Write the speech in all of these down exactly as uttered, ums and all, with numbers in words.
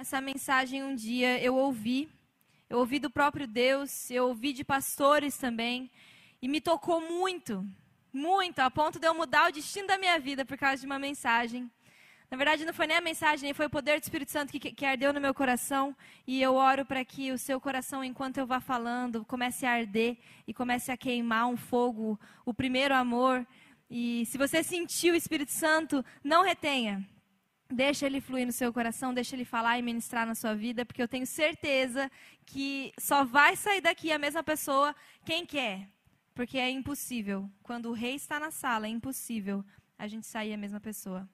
Essa mensagem um dia eu ouvi, eu ouvi do próprio Deus, eu ouvi de pastores também, e me tocou muito, muito, a ponto de eu mudar o destino da minha vida por causa de uma mensagem. Na verdade, não foi nem a mensagem, foi o poder do Espírito Santo que, que ardeu no meu coração, e eu oro para que o seu coração, enquanto eu vá falando, comece a arder e comece a queimar um fogo, o primeiro amor. E se você sentiu o Espírito Santo, não retenha. Deixa ele fluir no seu coração, deixa ele falar e ministrar na sua vida, porque eu tenho certeza que só vai sair daqui a mesma pessoa quem quer. Porque é impossível. Quando o rei está na sala, é impossível a gente sair a mesma pessoa.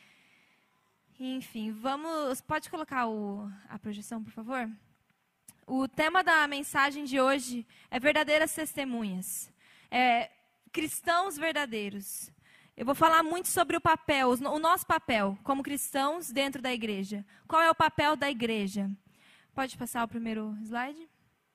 Enfim, vamos... Pode colocar o, a projeção, por favor? O tema da mensagem de hoje é verdadeiras testemunhas. É, cristãos verdadeiros. Eu vou falar muito sobre o papel, o nosso papel como cristãos dentro da igreja. Qual é o papel da igreja? Pode passar o primeiro slide?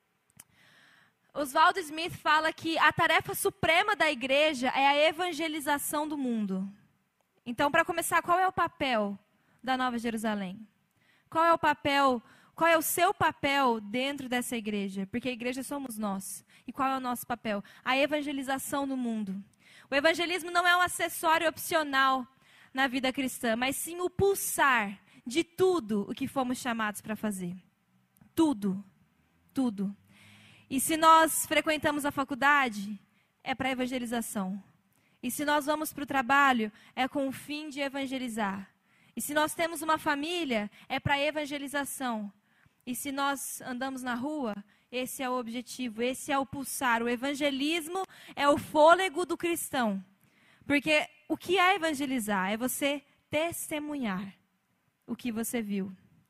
Oswaldo Smith fala que a tarefa suprema da igreja é a evangelização do mundo. Então, para começar, qual é o papel da Nova Jerusalém? Qual é o papel, qual é o seu papel dentro dessa igreja? Porque a igreja somos nós. E qual é o nosso papel? A evangelização do mundo. O evangelismo não é um acessório opcional na vida cristã, mas sim o pulsar de tudo o que fomos chamados para fazer. Tudo. Tudo. E se nós frequentamos a faculdade, é para evangelização. E se nós vamos para o trabalho, é com o fim de evangelizar. E se nós temos uma família, é para evangelização. E se nós andamos na rua, esse é o objetivo, esse é o pulsar. O evangelismo é o fôlego do cristão. Porque o que é evangelizar? É você testemunhar o que você viu.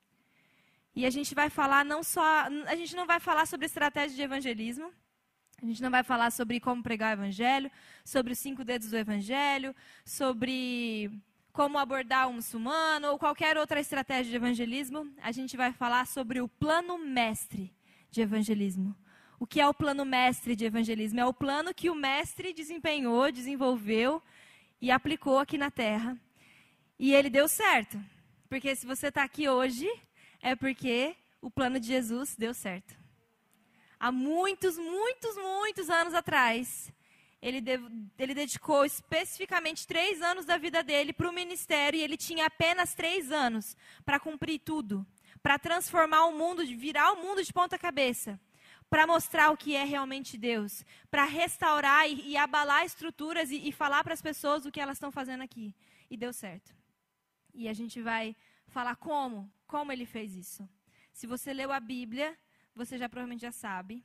E a gente vai falar não só... A gente não vai falar sobre estratégia de evangelismo. A gente não vai falar sobre como pregar o evangelho, sobre os cinco dedos do evangelho, sobre como abordar um muçulmano ou qualquer outra estratégia de evangelismo. A gente vai falar sobre o plano mestre de evangelismo. O que é o plano mestre de evangelismo? É o plano que o mestre desempenhou, desenvolveu e aplicou aqui na terra. E ele deu certo. Porque se você está aqui hoje, é porque o plano de Jesus deu certo. Há muitos, muitos, muitos anos atrás, ele, de, ele dedicou especificamente três anos da vida dele para o ministério, e ele tinha apenas três anos para cumprir tudo. Para transformar o mundo, virar o mundo de ponta cabeça, para mostrar o que é realmente Deus, para restaurar e, e abalar estruturas e, e falar para as pessoas o que elas estão fazendo aqui. E deu certo. E a gente vai falar como, como ele fez isso. Se você leu a Bíblia, você já provavelmente já sabe,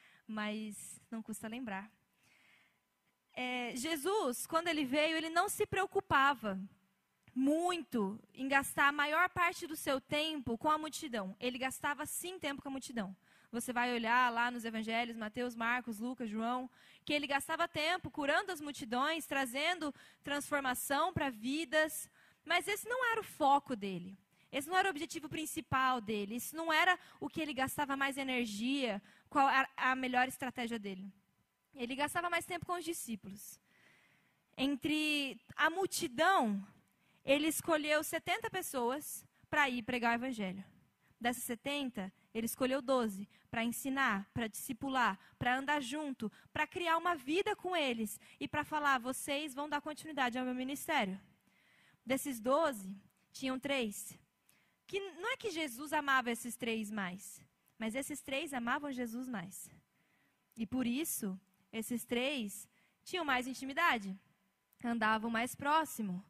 mas não custa lembrar. É, Jesus, quando ele veio, ele não se preocupava muito em gastar a maior parte do seu tempo com a multidão. Ele gastava sim tempo com a multidão. Você vai olhar lá nos evangelhos, Mateus, Marcos, Lucas, João, que ele gastava tempo curando as multidões, trazendo transformação para vidas, mas esse não era o foco dele. Esse não era o objetivo principal dele. Isso não era o que ele gastava mais energia, qual a, a melhor estratégia dele. Ele gastava mais tempo com os discípulos. Entre a multidão, ele escolheu setenta pessoas para ir pregar o evangelho. Dessas setenta, ele escolheu doze para ensinar, para discipular, para andar junto, para criar uma vida com eles e para falar, vocês vão dar continuidade ao meu ministério. Desses doze, tinham três. Que não é que Jesus amava esses três mais, mas esses três amavam Jesus mais. E por isso, esses três tinham mais intimidade, andavam mais próximo.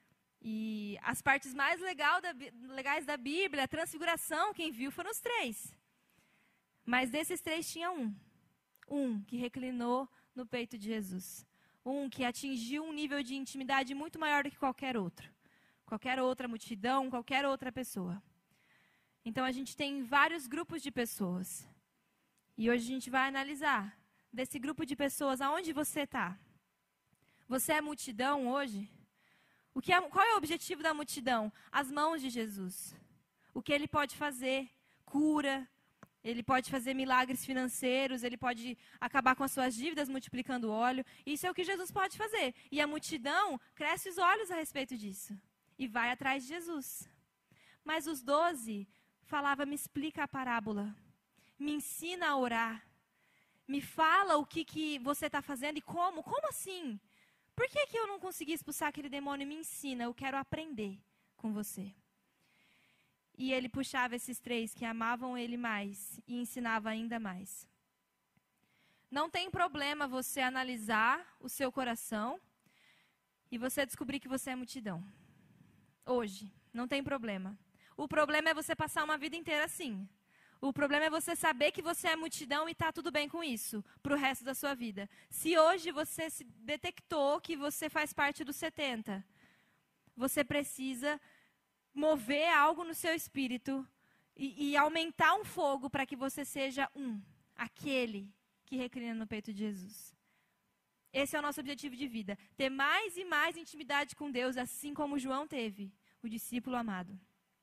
E as partes mais legal da, legais da Bíblia, a transfiguração, quem viu foram os três. Mas desses três tinha um. Um que reclinou no peito de Jesus. Um que atingiu um nível de intimidade muito maior do que qualquer outro. Qualquer outra multidão, qualquer outra pessoa. Então a gente tem vários grupos de pessoas. E hoje a gente vai analisar desse grupo de pessoas, aonde você está. Você é multidão hoje? O que é, qual é o objetivo da multidão? As mãos de Jesus. O que ele pode fazer? Cura. Ele pode fazer milagres financeiros. Ele pode acabar com as suas dívidas multiplicando óleo. Isso é o que Jesus pode fazer. E a multidão cresce os olhos a respeito disso. E vai atrás de Jesus. Mas os doze falava, me explica a parábola, me ensina a orar, me fala o que, que você está fazendo e como, como assim? Por que, que eu não consegui expulsar aquele demônio? Me ensina, eu quero aprender com você. E ele puxava esses três que amavam ele mais e ensinava ainda mais. Não tem problema você analisar o seu coração e você descobrir que você é multidão. Hoje, não tem problema. O problema é você passar uma vida inteira assim. O problema é você saber que você é multidão e está tudo bem com isso, para o resto da sua vida. Se hoje você se detectou que você faz parte dos setenta, você precisa mover algo no seu espírito e, e aumentar um fogo para que você seja um, aquele que reclina no peito de Jesus. Esse é o nosso objetivo de vida. Ter mais e mais intimidade com Deus, assim como João teve, o discípulo amado.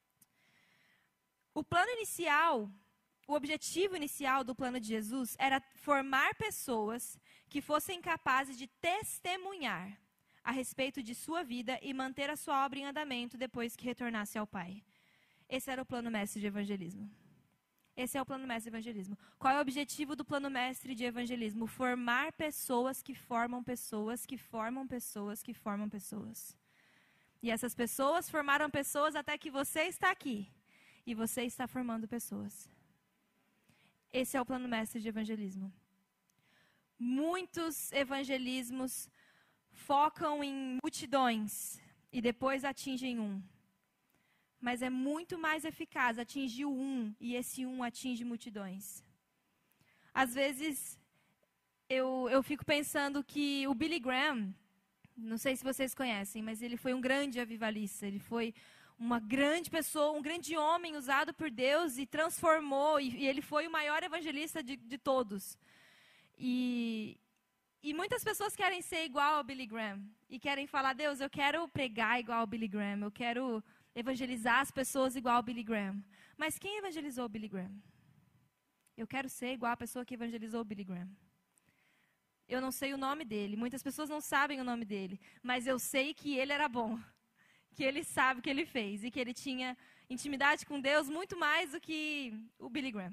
O plano inicial, o objetivo inicial do plano de Jesus era formar pessoas que fossem capazes de testemunhar a respeito de sua vida e manter a sua obra em andamento depois que retornasse ao Pai. Esse era o plano mestre de evangelismo. Esse é o plano mestre de evangelismo. Qual é o objetivo do plano mestre de evangelismo? Formar pessoas que formam pessoas, que formam pessoas, que formam pessoas. E essas pessoas formaram pessoas até que você está aqui. E você está formando pessoas. Esse é o plano mestre de evangelismo. Muitos evangelismos focam em multidões e depois atingem um. Mas é muito mais eficaz atingir o um e esse um atinge multidões. Às vezes, eu, eu fico pensando que o Billy Graham, não sei se vocês conhecem, mas ele foi um grande avivalista. Ele foi uma grande pessoa, um grande homem usado por Deus e transformou. E, e ele foi o maior evangelista de, de todos. E, e muitas pessoas querem ser igual ao Billy Graham. E querem falar, Deus, eu quero pregar igual ao Billy Graham. Eu quero evangelizar as pessoas igual ao Billy Graham. Mas quem evangelizou o Billy Graham? Eu quero ser igual a pessoa que evangelizou o Billy Graham. Eu não sei o nome dele. Muitas pessoas não sabem o nome dele. Mas eu sei que ele era bom. Que ele sabe o que ele fez. E que ele tinha intimidade com Deus muito mais do que o Billy Graham.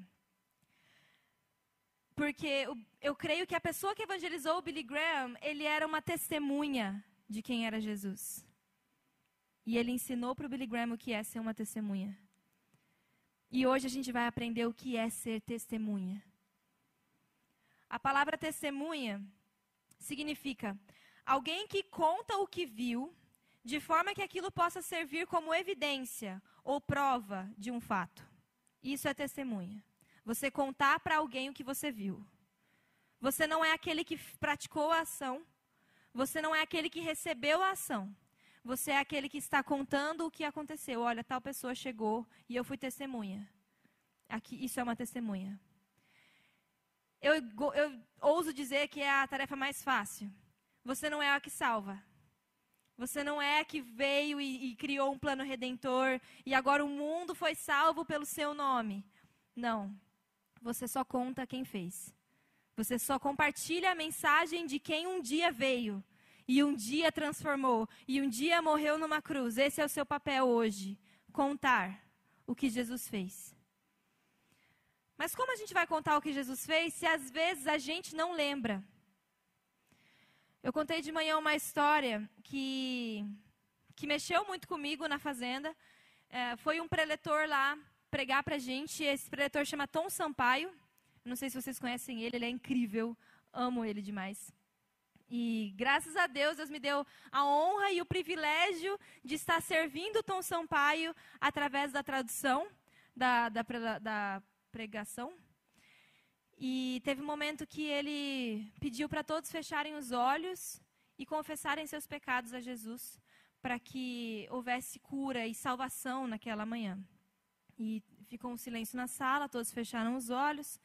Porque eu creio que a pessoa que evangelizou o Billy Graham, ele era uma testemunha de quem era Jesus. E ele ensinou para o Billy Graham o que é ser uma testemunha. E hoje a gente vai aprender o que é ser testemunha. A palavra testemunha significa alguém que conta o que viu, de forma que aquilo possa servir como evidência ou prova de um fato. Isso é testemunha. Você contar para alguém o que você viu. Você não é aquele que praticou a ação. Você não é aquele que recebeu a ação. Você é aquele que está contando o que aconteceu. Olha, tal pessoa chegou e eu fui testemunha. Aqui, isso é uma testemunha. Eu, eu ouso dizer que é a tarefa mais fácil. Você não é a que salva. Você não é a que veio e, e criou um plano redentor e agora o mundo foi salvo pelo seu nome. Não. Você só conta quem fez. Você só compartilha a mensagem de quem um dia veio. E um dia transformou. E um dia morreu numa cruz. Esse é o seu papel hoje. Contar o que Jesus fez. Mas como a gente vai contar o que Jesus fez se às vezes a gente não lembra? Eu contei de manhã uma história que, que mexeu muito comigo na fazenda. É, foi um preletor lá pregar pra gente. Esse preletor chama Tom Sampaio. Não sei se vocês conhecem ele, ele é incrível. Amo ele demais. E graças a Deus, Deus me deu a honra e o privilégio de estar servindo o Tom Sampaio através da tradução da, da, da pregação. E teve um momento que ele pediu para todos fecharem os olhos e confessarem seus pecados a Jesus, para que houvesse cura e salvação naquela manhã. E ficou um silêncio na sala, todos fecharam os olhos.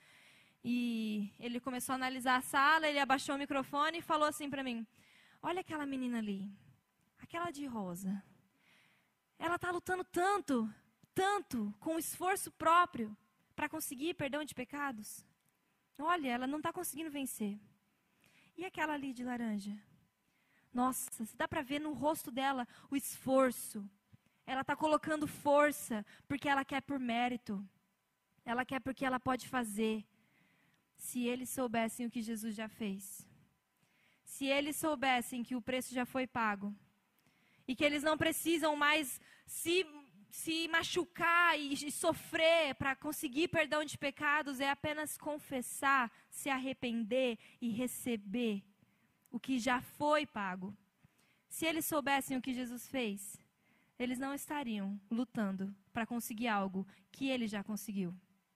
E ele começou a analisar a sala, ele abaixou o microfone e falou assim para mim, olha aquela menina ali, aquela de rosa. Ela está lutando tanto, tanto, com esforço próprio, para conseguir perdão de pecados. Olha, ela não está conseguindo vencer. E aquela ali de laranja? Nossa, dá para ver no rosto dela o esforço. ela está colocando força porque ela quer por mérito. Ela quer porque ela pode fazer. Se eles soubessem o que Jesus já fez. Se eles soubessem que o preço já foi pago. E que eles não precisam mais se, se machucar e, e sofrer para conseguir perdão de pecados. É apenas confessar, se arrepender e receber o que já foi pago. Se eles soubessem o que Jesus fez, eles não estariam lutando para conseguir algo que ele já conseguiu.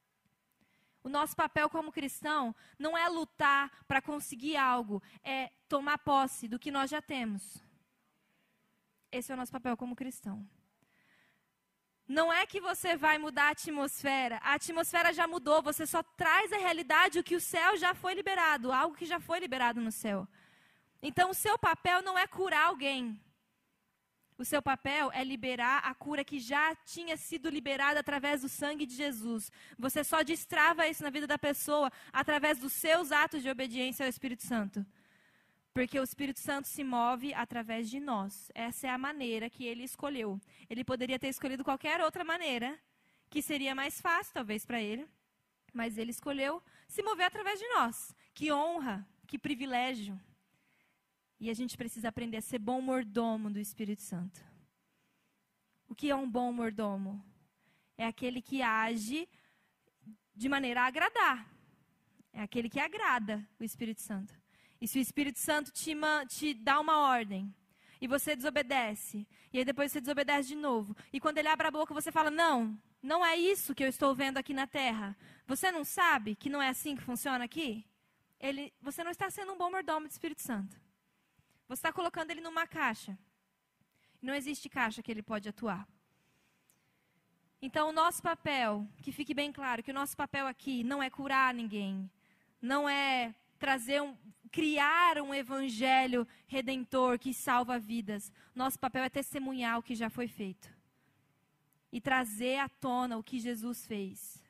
O nosso papel como cristão não é lutar para conseguir algo, é tomar posse do que nós já temos. Esse é o nosso papel como cristão. Não é que você vai mudar a atmosfera. A atmosfera já mudou, você só traz à realidade o que o céu já foi liberado, algo que já foi liberado no céu. Então, o seu papel não é curar alguém. O seu papel é liberar a cura que já tinha sido liberada através do sangue de Jesus. Você só destrava isso na vida da pessoa através dos seus atos de obediência ao Espírito Santo. Porque o Espírito Santo se move através de nós. Essa é a maneira que ele escolheu. Ele poderia ter escolhido qualquer outra maneira, que seria mais fácil talvez para ele. Mas ele escolheu se mover através de nós. Que honra, que privilégio. E a gente precisa aprender a ser bom mordomo do Espírito Santo. O que é um bom mordomo? É aquele que age de maneira a agradar. É aquele que agrada o Espírito Santo. E se o Espírito Santo te, te dá uma ordem, e você desobedece, e aí depois você desobedece de novo, e quando ele abre a boca você fala, não, não é isso que eu estou vendo aqui na terra. Você não sabe que não é assim que funciona aqui? Ele, você não está sendo um bom mordomo do Espírito Santo. Você está colocando ele numa caixa. Não existe caixa que ele pode atuar. Então, o nosso papel, que fique bem claro, que o nosso papel aqui não é curar ninguém. Não é trazer um, criar um evangelho redentor que salva vidas. Nosso papel é testemunhar o que já foi feito. E trazer à tona o que Jesus fez.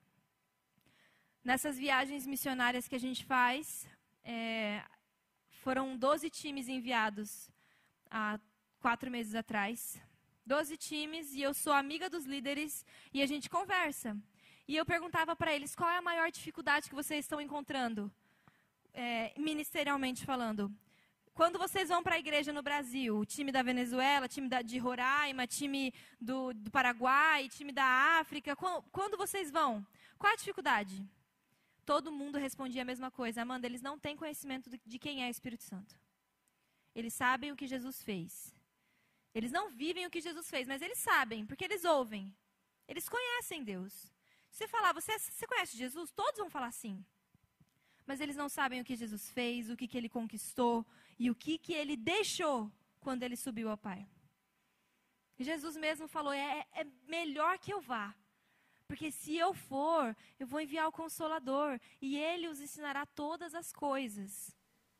Nessas viagens missionárias que a gente faz, é, foram doze times enviados há quatro meses atrás. doze times, e eu sou amiga dos líderes, e a gente conversa. E eu perguntava para eles, qual é a maior dificuldade que vocês estão encontrando, é, ministerialmente falando? Quando vocês vão para a igreja no Brasil, o time da Venezuela, time da, de Roraima, time do, do Paraguai, time da África, quando, quando vocês vão? Qual é a dificuldade? Todo mundo respondia a mesma coisa. Amanda, eles não têm conhecimento de quem é o Espírito Santo. Eles sabem o que Jesus fez. Eles não vivem o que Jesus fez, mas eles sabem, porque eles ouvem. Eles conhecem Deus. Se você falar, você, você conhece Jesus? Todos vão falar sim. Mas eles não sabem o que Jesus fez, o que, que ele conquistou e o que, que ele deixou quando ele subiu ao Pai. Jesus mesmo falou, é, é melhor que eu vá. Porque se eu for, eu vou enviar o Consolador e ele os ensinará todas as coisas.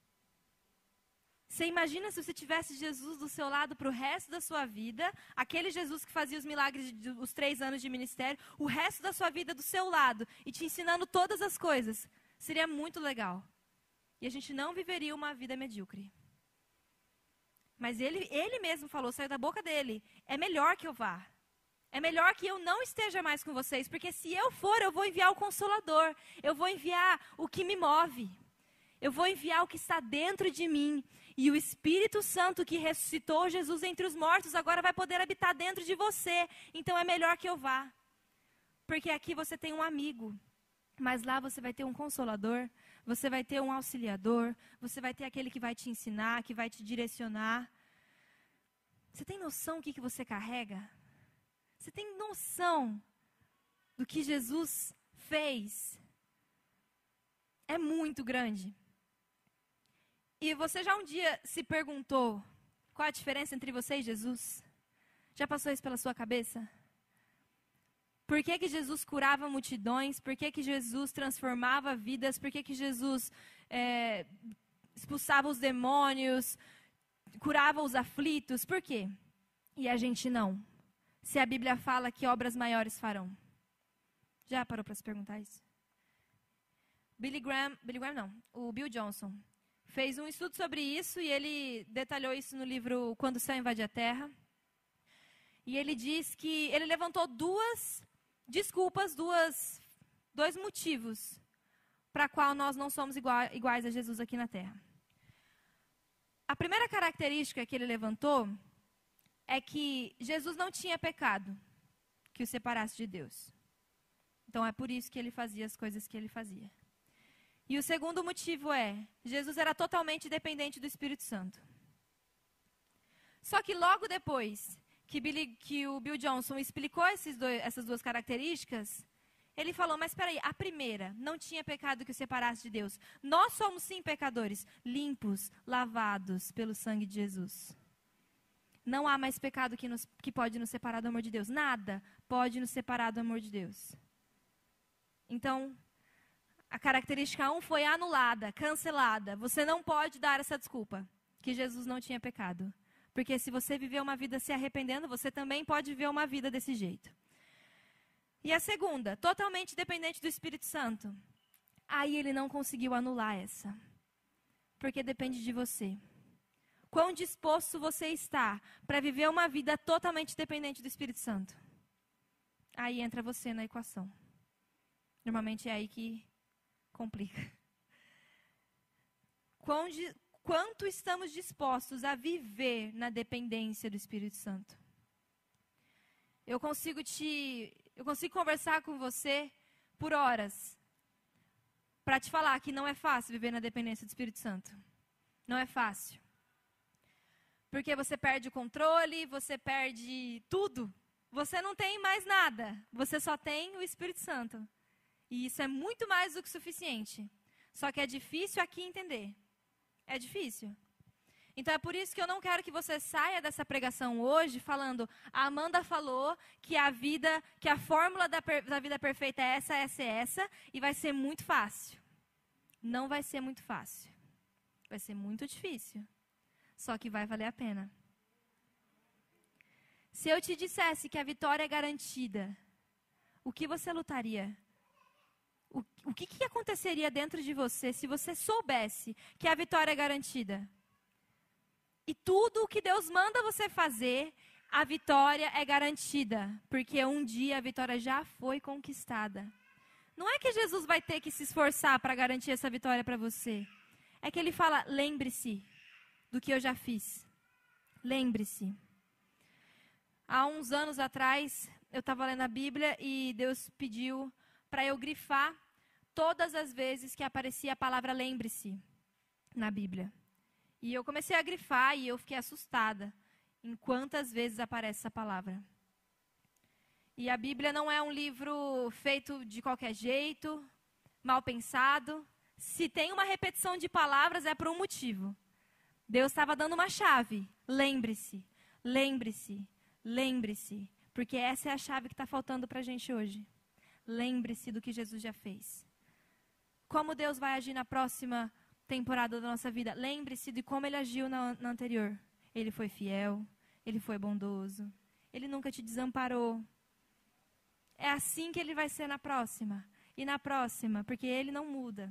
Você imagina se você tivesse Jesus do seu lado para o resto da sua vida, aquele Jesus que fazia os milagres dos três anos de ministério, o resto da sua vida do seu lado e te ensinando todas as coisas. Seria muito legal. E a gente não viveria uma vida medíocre. Mas ele, ele mesmo falou, saiu da boca dele, é melhor que eu vá. É melhor que eu não esteja mais com vocês, porque se eu for, eu vou enviar o Consolador. Eu vou enviar o que me move. Eu vou enviar o que está dentro de mim. E o Espírito Santo que ressuscitou Jesus entre os mortos, agora vai poder habitar dentro de você. Então é melhor que eu vá. Porque aqui você tem um amigo. Mas lá você vai ter um Consolador. Você vai ter um auxiliador. Você vai ter aquele que vai te ensinar, que vai te direcionar. Você tem noção do que, que você carrega? Você tem noção do que Jesus fez? É muito grande. E você já um dia se perguntou qual a diferença entre você e Jesus? Já passou isso pela sua cabeça? Por que que Jesus curava multidões? Por que que Jesus transformava vidas? Por que que Jesus é, expulsava os demônios? Curava os aflitos? Por quê? E a gente não. Se a Bíblia fala que obras maiores farão. Já parou para se perguntar isso? Billy Graham, Billy Graham não, o Bill Johnson fez um estudo sobre isso e ele detalhou isso no livro Quando o Céu Invade a Terra. E ele diz que ele levantou duas desculpas, duas, dois motivos para qual nós não somos iguais, iguais a Jesus aqui na Terra. A primeira característica que ele levantou é que Jesus não tinha pecado que o separasse de Deus. Então é por isso que ele fazia as coisas que ele fazia. E o segundo motivo é, Jesus era totalmente dependente do Espírito Santo. Só que logo depois que, Billy, que o Bill Johnson explicou esses dois, essas duas características, ele falou, mas espera aí, a primeira, não tinha pecado que o separasse de Deus. Nós somos sim pecadores, limpos, lavados pelo sangue de Jesus. Não há mais pecado que, nos, que pode nos separar do amor de Deus. Nada pode nos separar do amor de Deus. Então, a característica um foi anulada, cancelada. Você não pode dar essa desculpa, que Jesus não tinha pecado. Porque se você viver uma vida se arrependendo, você também pode viver uma vida desse jeito. E a segunda, totalmente dependente do Espírito Santo. Aí ele não conseguiu anular essa. Porque depende de você. Quão disposto você está para viver uma vida totalmente dependente do Espírito Santo? Aí entra você na equação. Normalmente é aí que complica. Quão de, quanto estamos dispostos a viver na dependência do Espírito Santo? Eu consigo te, eu consigo conversar com você por horas para te falar que não é fácil viver na dependência do Espírito Santo. Não é fácil. Porque você perde o controle, você perde tudo. Você não tem mais nada. Você só tem o Espírito Santo. E isso é muito mais do que suficiente. Só que é difícil aqui entender. É difícil. Então é por isso que eu não quero que você saia dessa pregação hoje falando, a Amanda falou que a vida, que a fórmula da, per, da vida perfeita é essa, essa, essa, e vai ser muito fácil. Não vai ser muito fácil. Vai ser muito difícil. Só que vai valer a pena. Se eu te dissesse que a vitória é garantida, o que você lutaria? O, o que, que aconteceria dentro de você se você soubesse que a vitória é garantida? E tudo o que Deus manda você fazer, a vitória é garantida. Porque um dia a vitória já foi conquistada. Não é que Jesus vai ter que se esforçar para garantir essa vitória para você. É que ele fala, lembre-se do que eu já fiz. Lembre-se. Há uns anos atrás, eu estava lendo a Bíblia e Deus pediu para eu grifar todas as vezes que aparecia a palavra lembre-se na Bíblia. E eu comecei a grifar e eu fiquei assustada em quantas vezes aparece essa palavra. E a Bíblia não é um livro feito de qualquer jeito, mal pensado. Se tem uma repetição de palavras é por um motivo. Deus estava dando uma chave. Lembre-se, lembre-se, lembre-se. Porque essa é a chave que está faltando para a gente hoje. Lembre-se do que Jesus já fez. Como Deus vai agir na próxima temporada da nossa vida? Lembre-se de como Ele agiu na, na anterior. Ele foi fiel, Ele foi bondoso, Ele nunca te desamparou. É assim que Ele vai ser na próxima. E na próxima, porque Ele não muda.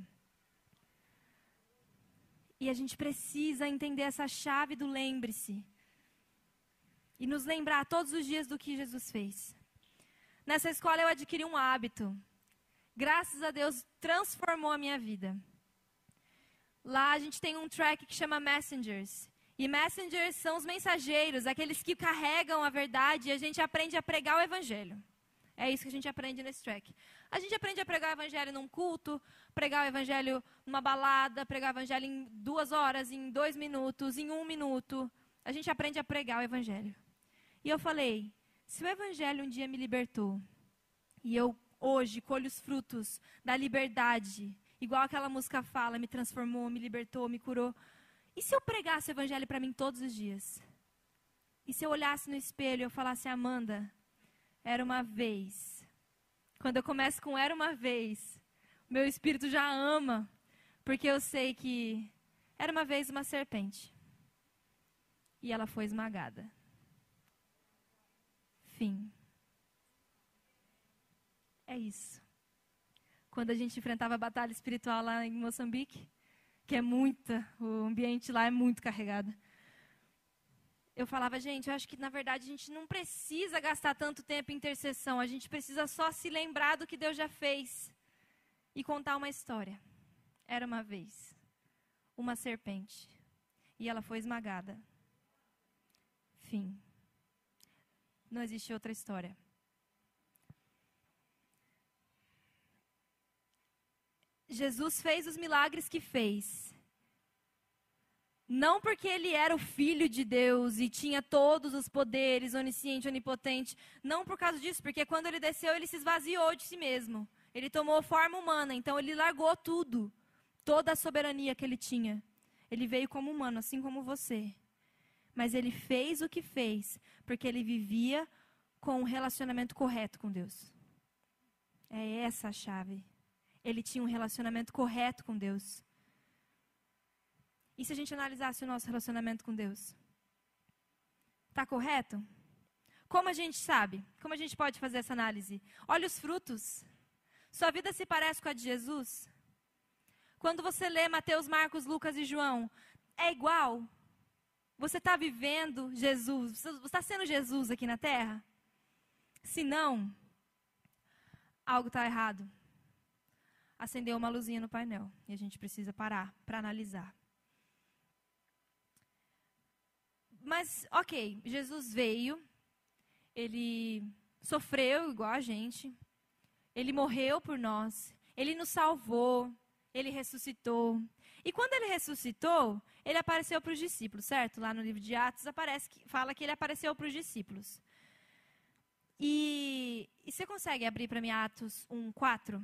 E a gente precisa entender essa chave do lembre-se. E nos lembrar todos os dias do que Jesus fez. Nessa escola eu adquiri um hábito. Graças a Deus, transformou a minha vida. Lá a gente tem um track que chama Messengers. E Messengers são os mensageiros, aqueles que carregam a verdade e a gente aprende a pregar o evangelho. É isso que a gente aprende nesse track. A gente aprende a pregar o evangelho num culto, pregar o evangelho numa balada, pregar o evangelho em duas horas, em dois minutos, em um minuto. A gente aprende a pregar o evangelho. E eu falei, se o evangelho um dia me libertou, e eu hoje colho os frutos da liberdade, igual aquela música fala, me transformou, me libertou, me curou. E se eu pregasse o evangelho para mim todos os dias? E se eu olhasse no espelho e eu falasse, Amanda, era uma vez. Quando eu começo com era uma vez, meu espírito já ama, porque eu sei que era uma vez uma serpente. E ela foi esmagada. Fim. É isso. Quando a gente enfrentava a batalha espiritual lá em Moçambique, que é muita, o ambiente lá é muito carregado. eu falava, gente, eu acho que na verdade a gente não precisa gastar tanto tempo em intercessão, a gente precisa só se lembrar do que Deus já fez e contar uma história. Era uma vez uma serpente e ela foi esmagada. Fim. Não existe outra história. Jesus fez os milagres que fez. Não porque ele era o Filho de Deus e tinha todos os poderes, onisciente, onipotente. Não por causa disso, porque quando ele desceu, ele se esvaziou de si mesmo. Ele tomou forma humana, então ele largou tudo. Toda a soberania que ele tinha. Ele veio como humano, assim como você. Mas ele fez o que fez, porque ele vivia com um relacionamento correto com Deus. É essa a chave. Ele tinha um relacionamento correto com Deus. E se a gente analisasse o nosso relacionamento com Deus? Está correto? Como a gente sabe? Como a gente pode fazer essa análise? Olha os frutos. Sua vida se parece com a de Jesus? Quando você lê Mateus, Marcos, Lucas e João, é igual? Você está vivendo Jesus? Você está sendo Jesus aqui na terra? Se não, algo está errado. Acendeu uma luzinha no painel e a gente precisa parar para analisar. Mas, ok, Jesus veio, ele sofreu igual a gente, ele morreu por nós, ele nos salvou, ele ressuscitou. E quando ele ressuscitou, ele apareceu para os discípulos, certo? Lá no livro de Atos aparece, fala que ele apareceu para os discípulos. E, e você consegue abrir para mim Atos um, quatro?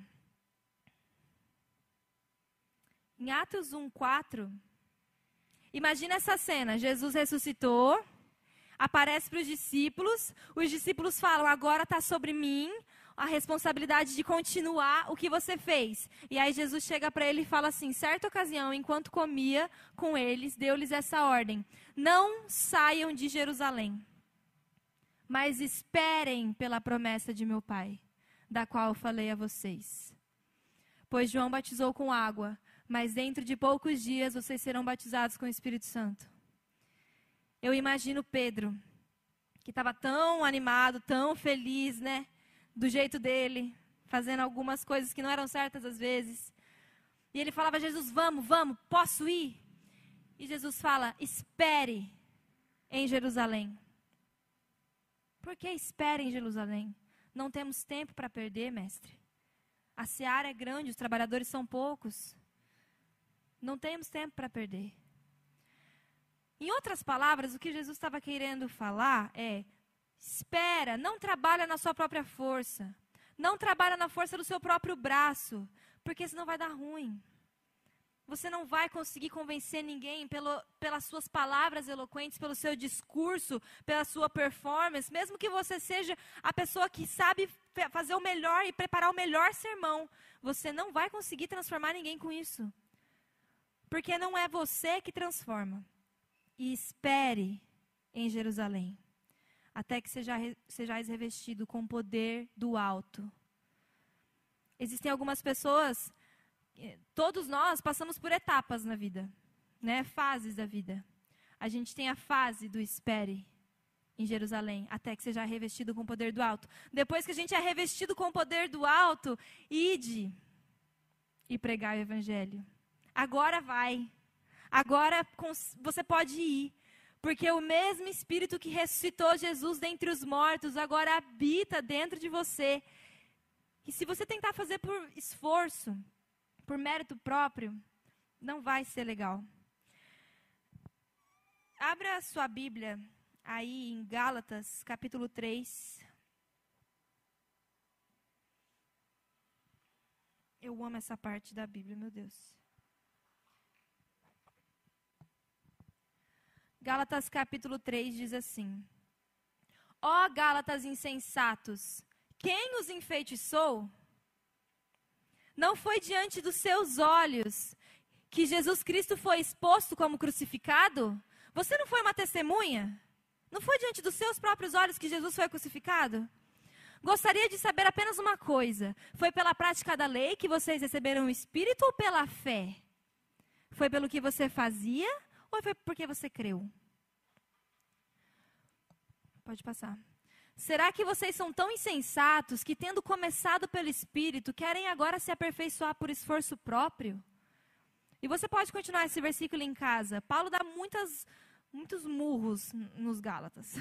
Em Atos um, quatro, imagina essa cena, Jesus ressuscitou, aparece para os discípulos, os discípulos falam, agora está sobre mim a responsabilidade de continuar o que você fez. E aí Jesus chega para ele e fala assim, certa ocasião, enquanto comia com eles, deu-lhes essa ordem, não saiam de Jerusalém, mas esperem pela promessa de meu Pai, da qual eu falei a vocês. Pois João batizou com água, mas dentro de poucos dias vocês serão batizados com o Espírito Santo. Eu imagino Pedro, que estava tão animado, tão feliz, né? Do jeito dele, fazendo algumas coisas que não eram certas às vezes. E ele falava, Jesus, vamos, vamos, posso ir? E Jesus fala, espere em Jerusalém. Por que espere em Jerusalém? Não temos tempo para perder, mestre. A seara é grande, os trabalhadores são poucos. Não temos tempo para perder. Em outras palavras, o que Jesus estava querendo falar é, espera, não trabalha na sua própria força. Não trabalha na força do seu próprio braço, porque senão vai dar ruim. Você não vai conseguir convencer ninguém pelo, pelas suas palavras eloquentes, pelo seu discurso, pela sua performance, mesmo que você seja a pessoa que sabe fazer o melhor e preparar o melhor sermão. Você não vai conseguir transformar ninguém com isso. Porque não é você que transforma. E espere em Jerusalém, até que seja, sejais revestido com o poder do alto. Existem algumas pessoas, todos nós passamos por etapas na vida, né? Fases da vida. A gente tem a fase do espere em Jerusalém, até que seja revestido com o poder do alto. Depois que a gente é revestido com o poder do alto, ide e pregar o evangelho. Agora vai. Agora você pode ir. Porque o mesmo Espírito que ressuscitou Jesus dentre os mortos, agora habita dentro de você. E se você tentar fazer por esforço, por mérito próprio, não vai ser legal. Abra a sua Bíblia aí em Gálatas, capítulo três. Eu amo essa parte da Bíblia, meu Deus. Gálatas capítulo três diz assim: Ó Gálatas insensatos, quem os enfeitiçou? Não foi diante dos seus olhos que Jesus Cristo foi exposto como crucificado? Você não foi uma testemunha? Não foi diante dos seus próprios olhos que Jesus foi crucificado? Gostaria de saber apenas uma coisa: foi pela prática da lei que vocês receberam o Espírito ou pela fé? Foi pelo que você fazia ou foi porque você creu? pode passar. Será que vocês são tão insensatos que, tendo começado pelo Espírito, querem agora se aperfeiçoar por esforço próprio? E você pode continuar esse versículo em casa. Paulo dá muitas, muitos murros nos Gálatas.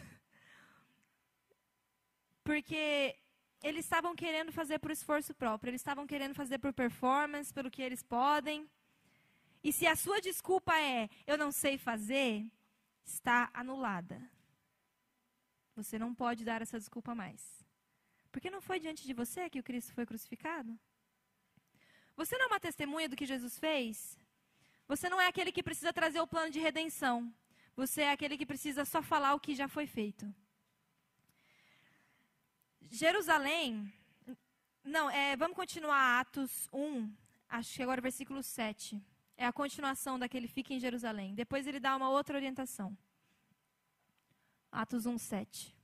Porque eles estavam querendo fazer por esforço próprio. Eles estavam querendo fazer por performance, pelo que eles podem. E se a sua desculpa é, eu não sei fazer, está anulada. Você não pode dar essa desculpa mais. Porque não foi diante de você que o Cristo foi crucificado? Você não é uma testemunha do que Jesus fez? Você não é aquele que precisa trazer o plano de redenção. Você é aquele que precisa só falar o que já foi feito. Jerusalém... Não, é, vamos continuar Atos um, acho que agora o versículo sete. É a continuação daquele fica em Jerusalém. Depois ele dá uma outra orientação. Atos um, sete.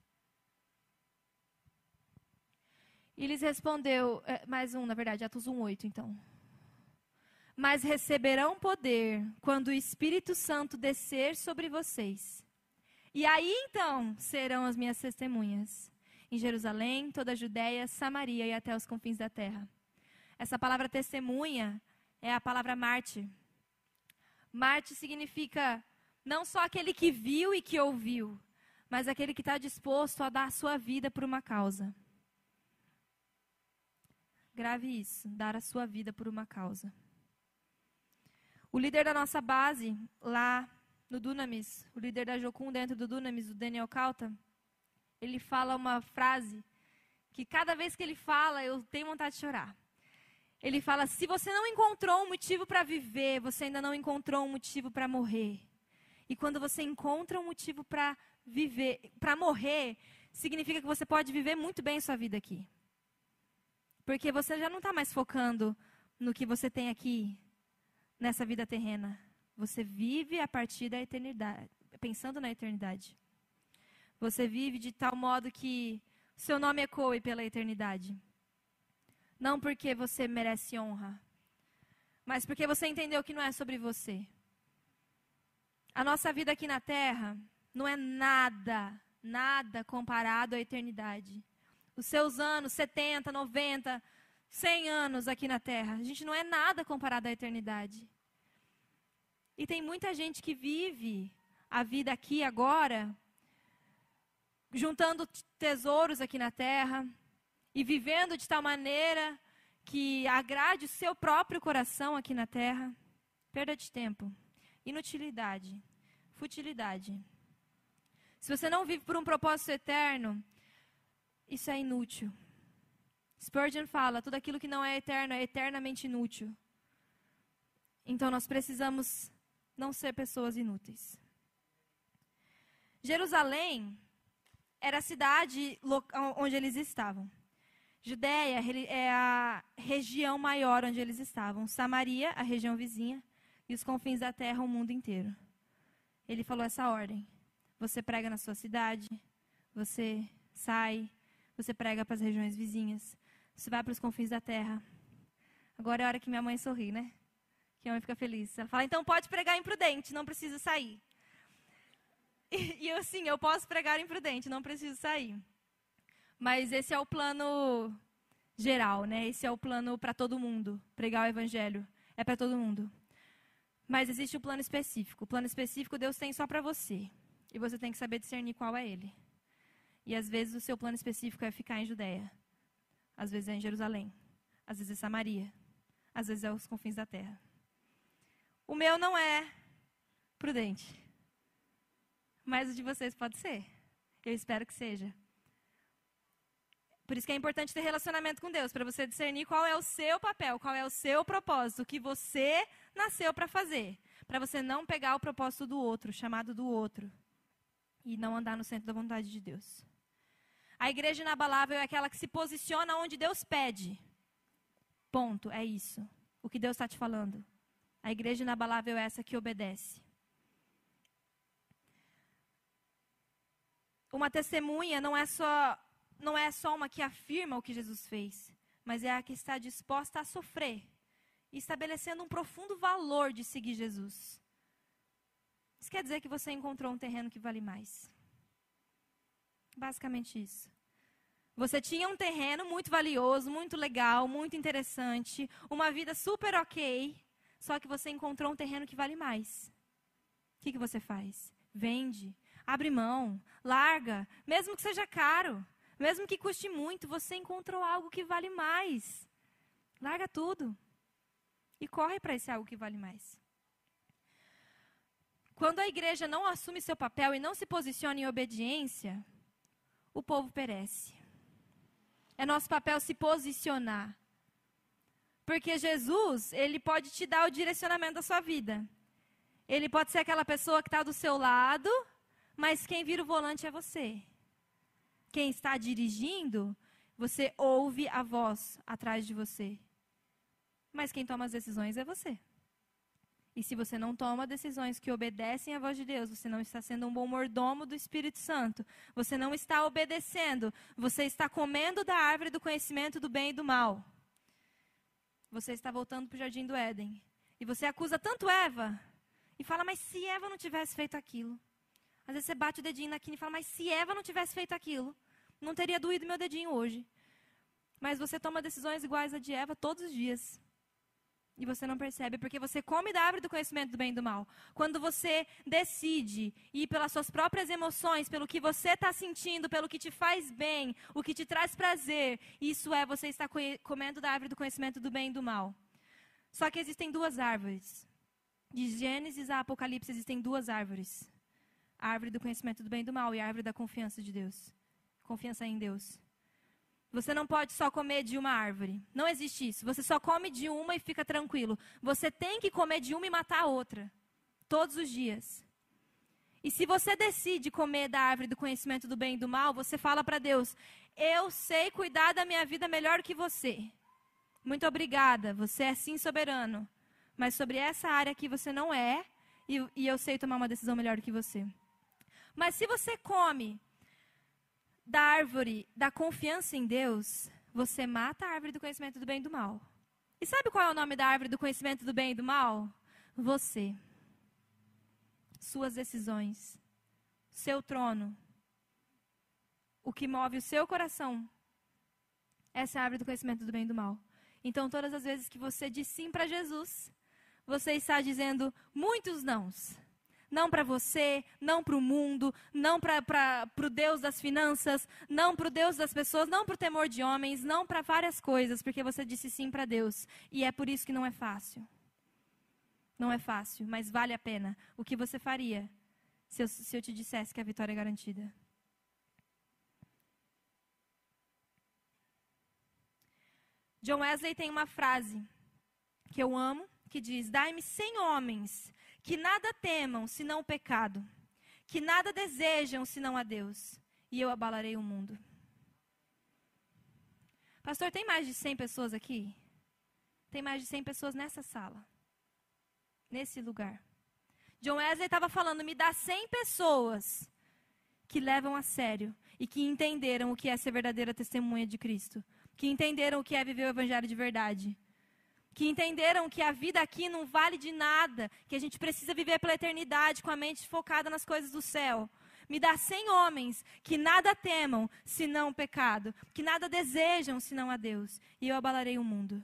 E lhes respondeu, é, mais um, na verdade, Atos um, oito, então. Mas receberão poder quando o Espírito Santo descer sobre vocês. E aí, então, serão as minhas testemunhas. Em Jerusalém, toda a Judéia, Samaria e até os confins da terra. Essa palavra testemunha é a palavra mártir. Mártir significa não só aquele que viu e que ouviu, mas aquele que está disposto a dar a sua vida por uma causa. Grave isso, dar a sua vida por uma causa. O líder da nossa base, lá no Dunamis, o líder da Jocum dentro do Dunamis, o Daniel Calta, ele fala uma frase que cada vez que ele fala, eu tenho vontade de chorar. Ele fala, se você não encontrou um motivo para viver, você ainda não encontrou um motivo para morrer. E quando você encontra um motivo para viver, para morrer, significa que você pode viver muito bem sua vida aqui. Porque você já não está mais focando no que você tem aqui, nessa vida terrena. Você vive a partir da eternidade, pensando na eternidade. Você vive de tal modo que seu nome ecoe pela eternidade. Não porque você merece honra, mas porque você entendeu que não é sobre você. A nossa vida aqui na Terra não é nada, nada comparado à eternidade. Os seus anos, setenta, noventa, cem anos aqui na Terra, a gente não é nada comparado à eternidade. E tem muita gente que vive a vida aqui agora, juntando tesouros aqui na Terra, e vivendo de tal maneira que agrade o seu próprio coração aqui na Terra. Perda de tempo, inutilidade, futilidade. Se você não vive por um propósito eterno, isso é inútil. Spurgeon fala, tudo aquilo que não é eterno é eternamente inútil. Então nós precisamos não ser pessoas inúteis. Jerusalém era a cidade onde eles estavam. Judéia é a região maior onde eles estavam. Samaria, a região vizinha. E os confins da terra, o mundo inteiro. Ele falou essa ordem. Você prega na sua cidade. Você sai. Você prega para as regiões vizinhas. Você vai para os confins da terra. Agora é a hora que minha mãe sorri, né? Que a mãe fica feliz. Ela fala, então pode pregar imprudente, não precisa sair. E, e eu, sim, eu posso pregar imprudente, não preciso sair. Mas esse é o plano geral, né? Esse é o plano para todo mundo. Pregar o evangelho é para todo mundo. Mas existe o plano específico. O plano específico Deus tem só para você. E você tem que saber discernir qual é ele. E às vezes o seu plano específico é ficar em Judéia. Às vezes é em Jerusalém. Às vezes é Samaria. Às vezes é os confins da terra. O meu não é prudente. Mas o de vocês pode ser. Eu espero que seja. Por isso que é importante ter relacionamento com Deus, para você discernir qual é o seu papel, qual é o seu propósito, o que você nasceu para fazer. Para você não pegar o propósito do outro, o chamado do outro. E não andar no centro da vontade de Deus. A igreja inabalável é aquela que se posiciona onde Deus pede. Ponto, é isso. O que Deus está te falando. A igreja inabalável é essa que obedece. Uma testemunha não é só... não é só uma que afirma o que Jesus fez, mas é a que está disposta a sofrer, estabelecendo um profundo valor de seguir Jesus. Isso quer dizer que você encontrou um terreno que vale mais. Basicamente isso. Você tinha um terreno muito valioso, muito legal, muito interessante, uma vida super ok, só que você encontrou um terreno que vale mais. O que, que você faz? Vende, abre mão, larga, mesmo que seja caro, mesmo que custe muito, você encontrou algo que vale mais. Larga tudo e corre para esse algo que vale mais. Quando a igreja não assume seu papel e não se posiciona em obediência, o povo perece. É nosso papel se posicionar. Porque Jesus, ele pode te dar o direcionamento da sua vida. Ele pode ser aquela pessoa que está do seu lado, mas quem vira o volante é você. Quem está dirigindo, você ouve a voz atrás de você. Mas quem toma as decisões é você. E se você não toma decisões que obedecem à voz de Deus, você não está sendo um bom mordomo do Espírito Santo. Você não está obedecendo. Você está comendo da árvore do conhecimento do bem e do mal. Você está voltando para o jardim do Éden. E você acusa tanto Eva. E fala, mas se Eva não tivesse feito aquilo. Às vezes você bate o dedinho na quina e fala, mas se Eva não tivesse feito aquilo, não teria doído meu dedinho hoje. Mas você toma decisões iguais a de Eva todos os dias. E você não percebe, porque você come da árvore do conhecimento do bem e do mal. Quando você decide ir pelas suas próprias emoções, pelo que você está sentindo, pelo que te faz bem, o que te traz prazer, isso é, você está comendo da árvore do conhecimento do bem e do mal. Só que existem duas árvores. De Gênesis a Apocalipse existem duas árvores. A árvore do conhecimento do bem e do mal e a árvore da confiança de Deus. Confiança em Deus. Você não pode só comer de uma árvore. Não existe isso. Você só come de uma e fica tranquilo. Você tem que comer de uma e matar a outra. Todos os dias. E se você decide comer da árvore do conhecimento do bem e do mal, você fala para Deus, eu sei cuidar da minha vida melhor que você. Muito obrigada, você é sim soberano. Mas sobre essa área aqui você não é, e, e eu sei tomar uma decisão melhor que você. Mas se você come da árvore da confiança em Deus, você mata a árvore do conhecimento do bem e do mal. E sabe qual é o nome da árvore do conhecimento do bem e do mal? Você. Suas decisões. Seu trono. O que move o seu coração. Essa é a árvore do conhecimento do bem e do mal. Então, todas as vezes que você diz sim para Jesus, você está dizendo muitos nãos. Não para você, não para o mundo, não para o Deus das finanças, não para o Deus das pessoas, não para o temor de homens, não para várias coisas, porque você disse sim para Deus. E é por isso que não é fácil. Não é fácil, mas vale a pena. O que você faria se eu, se eu te dissesse que a vitória é garantida? John Wesley tem uma frase que eu amo, que diz, dai-me cem homens que nada temam, senão o pecado, que nada desejam, senão a Deus, e eu abalarei o mundo. Pastor, tem mais de cem pessoas aqui? Tem mais de cem pessoas nessa sala, nesse lugar. John Wesley estava falando, me dá cem pessoas que levam a sério e que entenderam o que é ser verdadeira testemunha de Cristo, que entenderam o que é viver o evangelho de verdade, que entenderam que a vida aqui não vale de nada, que a gente precisa viver pela eternidade com a mente focada nas coisas do céu. Me dá cem homens que nada temam, senão o pecado, que nada desejam, senão a Deus, e eu abalarei o mundo.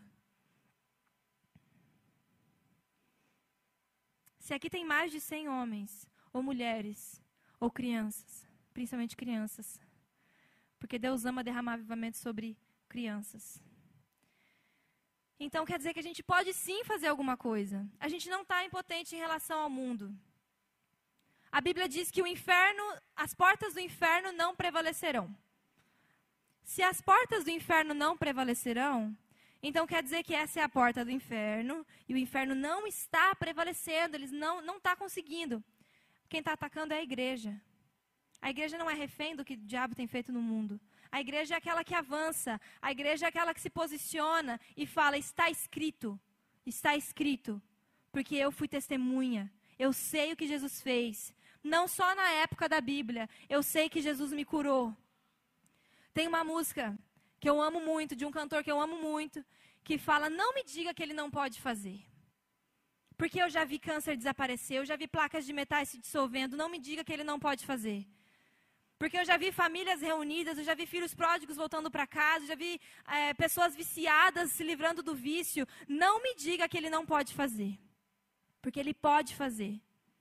Se aqui tem mais de cem homens, ou mulheres, ou crianças, principalmente crianças, porque Deus ama derramar avivamento sobre crianças. Então quer dizer que a gente pode sim fazer alguma coisa. A gente não está impotente em relação ao mundo. A Bíblia diz que o inferno, as portas do inferno não prevalecerão. Se as portas do inferno não prevalecerão, então quer dizer que essa é a porta do inferno, e o inferno não está prevalecendo, eles não não está conseguindo. Quem está atacando é a igreja. A igreja não é refém do que o diabo tem feito no mundo. A igreja é aquela que avança, a igreja é aquela que se posiciona e fala, está escrito, está escrito, porque eu fui testemunha, eu sei o que Jesus fez, não só na época da Bíblia, eu sei que Jesus me curou. Tem uma música que eu amo muito, de um cantor que eu amo muito, que fala, não me diga que ele não pode fazer, porque eu já vi câncer desaparecer, eu já vi placas de metais se dissolvendo, não me diga que ele não pode fazer. Porque eu já vi famílias reunidas, eu já vi filhos pródigos voltando para casa, eu já vi é, pessoas viciadas se livrando do vício. Não me diga que ele não pode fazer. Porque ele pode fazer.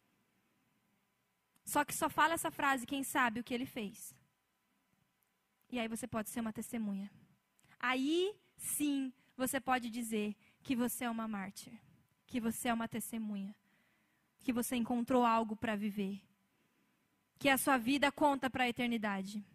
Só que só fala essa frase quem sabe o que ele fez. E aí você pode ser uma testemunha. Aí sim você pode dizer que você é uma mártir. Que você é uma testemunha. Que você encontrou algo para viver. Que a sua vida conta para a eternidade.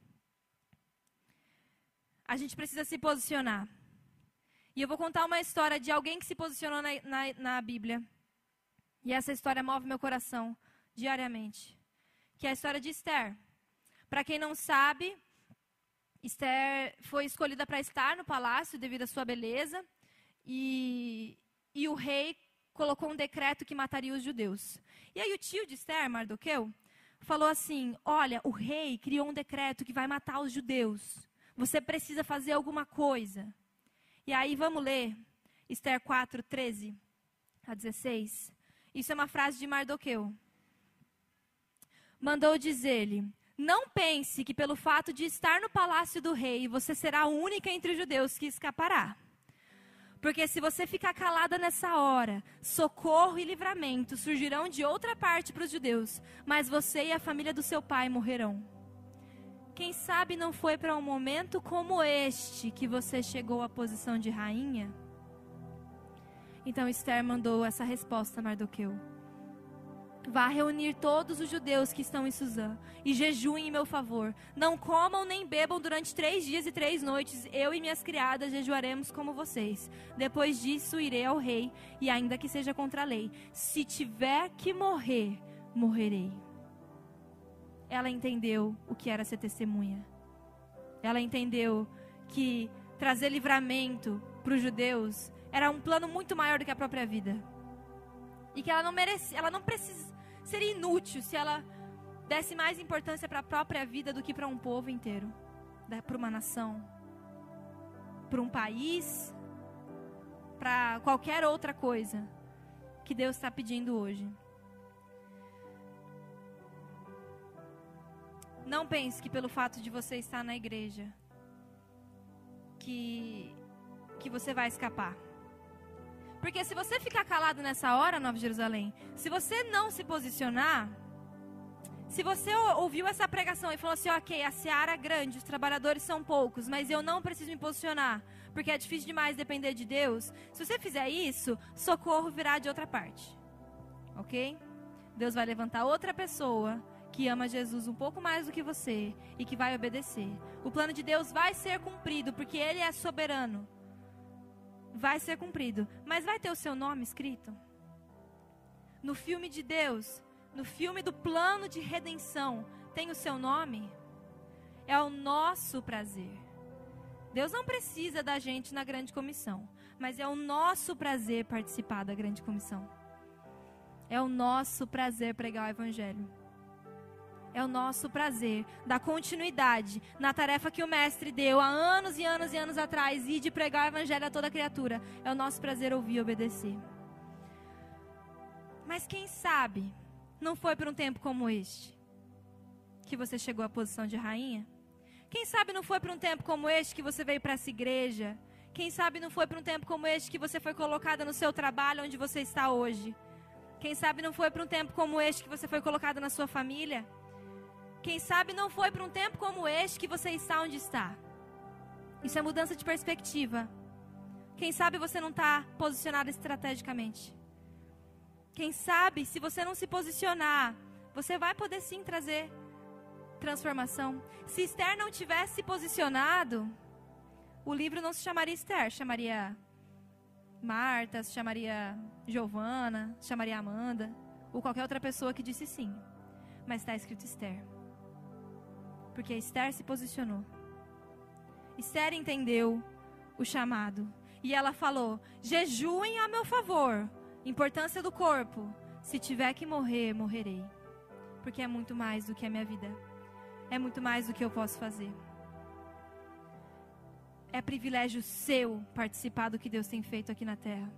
A gente precisa se posicionar. E eu vou contar uma história de alguém que se posicionou na, na, na Bíblia. E essa história move meu coração diariamente. Que é a história de Esther. Para quem não sabe, Esther foi escolhida para estar no palácio devido à sua beleza. E, e o rei colocou um decreto que mataria os judeus. E aí o tio de Esther, Mardoqueu, falou assim, olha, o rei criou um decreto que vai matar os judeus. Você precisa fazer alguma coisa. E aí vamos ler Esther quatro, treze a dezesseis. Isso é uma frase de Mardoqueu. Mandou dizer-lhe, não pense que pelo fato de estar no palácio do rei, você será a única entre os judeus que escapará. Porque se você ficar calada nessa hora, socorro e livramento surgirão de outra parte para os judeus, mas você e a família do seu pai morrerão. Quem sabe não foi para um momento como este que você chegou à posição de rainha? Então Esther mandou essa resposta a Mardoqueu. Vá reunir todos os judeus que estão em Suzã e jejuem em meu favor. Não comam nem bebam durante três dias e três noites. Eu e minhas criadas jejuaremos como vocês. Depois disso irei ao rei, e ainda que seja contra a lei. Se tiver que morrer, morrerei. Ela entendeu o que era ser testemunha. Ela entendeu que trazer livramento para os judeus era um plano muito maior do que a própria vida. E que ela não merecia, ela não precisa, seria inútil se ela desse mais importância para a própria vida do que para um povo inteiro, para uma nação, para um país, para qualquer outra coisa que Deus está pedindo hoje. Não pense que pelo fato de você estar na igreja, que, que você vai escapar. Porque se você ficar calado nessa hora, Nova Jerusalém, se você não se posicionar, se você ouviu essa pregação e falou assim, ok, a seara é grande, os trabalhadores são poucos, mas eu não preciso me posicionar, porque é difícil demais depender de Deus. Se você fizer isso, socorro virá de outra parte, ok? Deus vai levantar outra pessoa que ama Jesus um pouco mais do que você e que vai obedecer. O plano de Deus vai ser cumprido, porque Ele é soberano. Vai ser cumprido, mas vai ter o seu nome escrito? No filme de Deus, no filme do plano de redenção, tem o seu nome? É o nosso prazer. Deus não precisa da gente na grande comissão, mas é o nosso prazer participar da grande comissão. É o nosso prazer pregar o evangelho. É o nosso prazer dar continuidade na tarefa que o mestre deu há anos e anos e anos atrás, e de pregar o evangelho a toda criatura. É o nosso prazer ouvir e obedecer. Mas quem sabe não foi por um tempo como este que você chegou à posição de rainha? Quem sabe não foi por um tempo como este que você veio para essa igreja? Quem sabe não foi por um tempo como este que você foi colocada no seu trabalho onde você está hoje? Quem sabe não foi por um tempo como este que você foi colocada na sua família? Quem sabe não foi por um tempo como este que você está onde está? Isso é mudança de perspectiva. Quem sabe você não está posicionado estrategicamente? Quem sabe, se você não se posicionar, você vai poder sim trazer transformação. Se Esther não tivesse se posicionado, o livro não se chamaria Esther, chamaria Marta, se chamaria Giovana, se chamaria Amanda, ou qualquer outra pessoa que disse sim. Mas está escrito Esther. Porque Esther se posicionou. Esther entendeu o chamado. E ela falou, jejuem a meu favor. Importância do corpo. Se tiver que morrer, morrerei. Porque é muito mais do que a minha vida. É muito mais do que eu posso fazer. É privilégio seu participar do que Deus tem feito aqui na terra.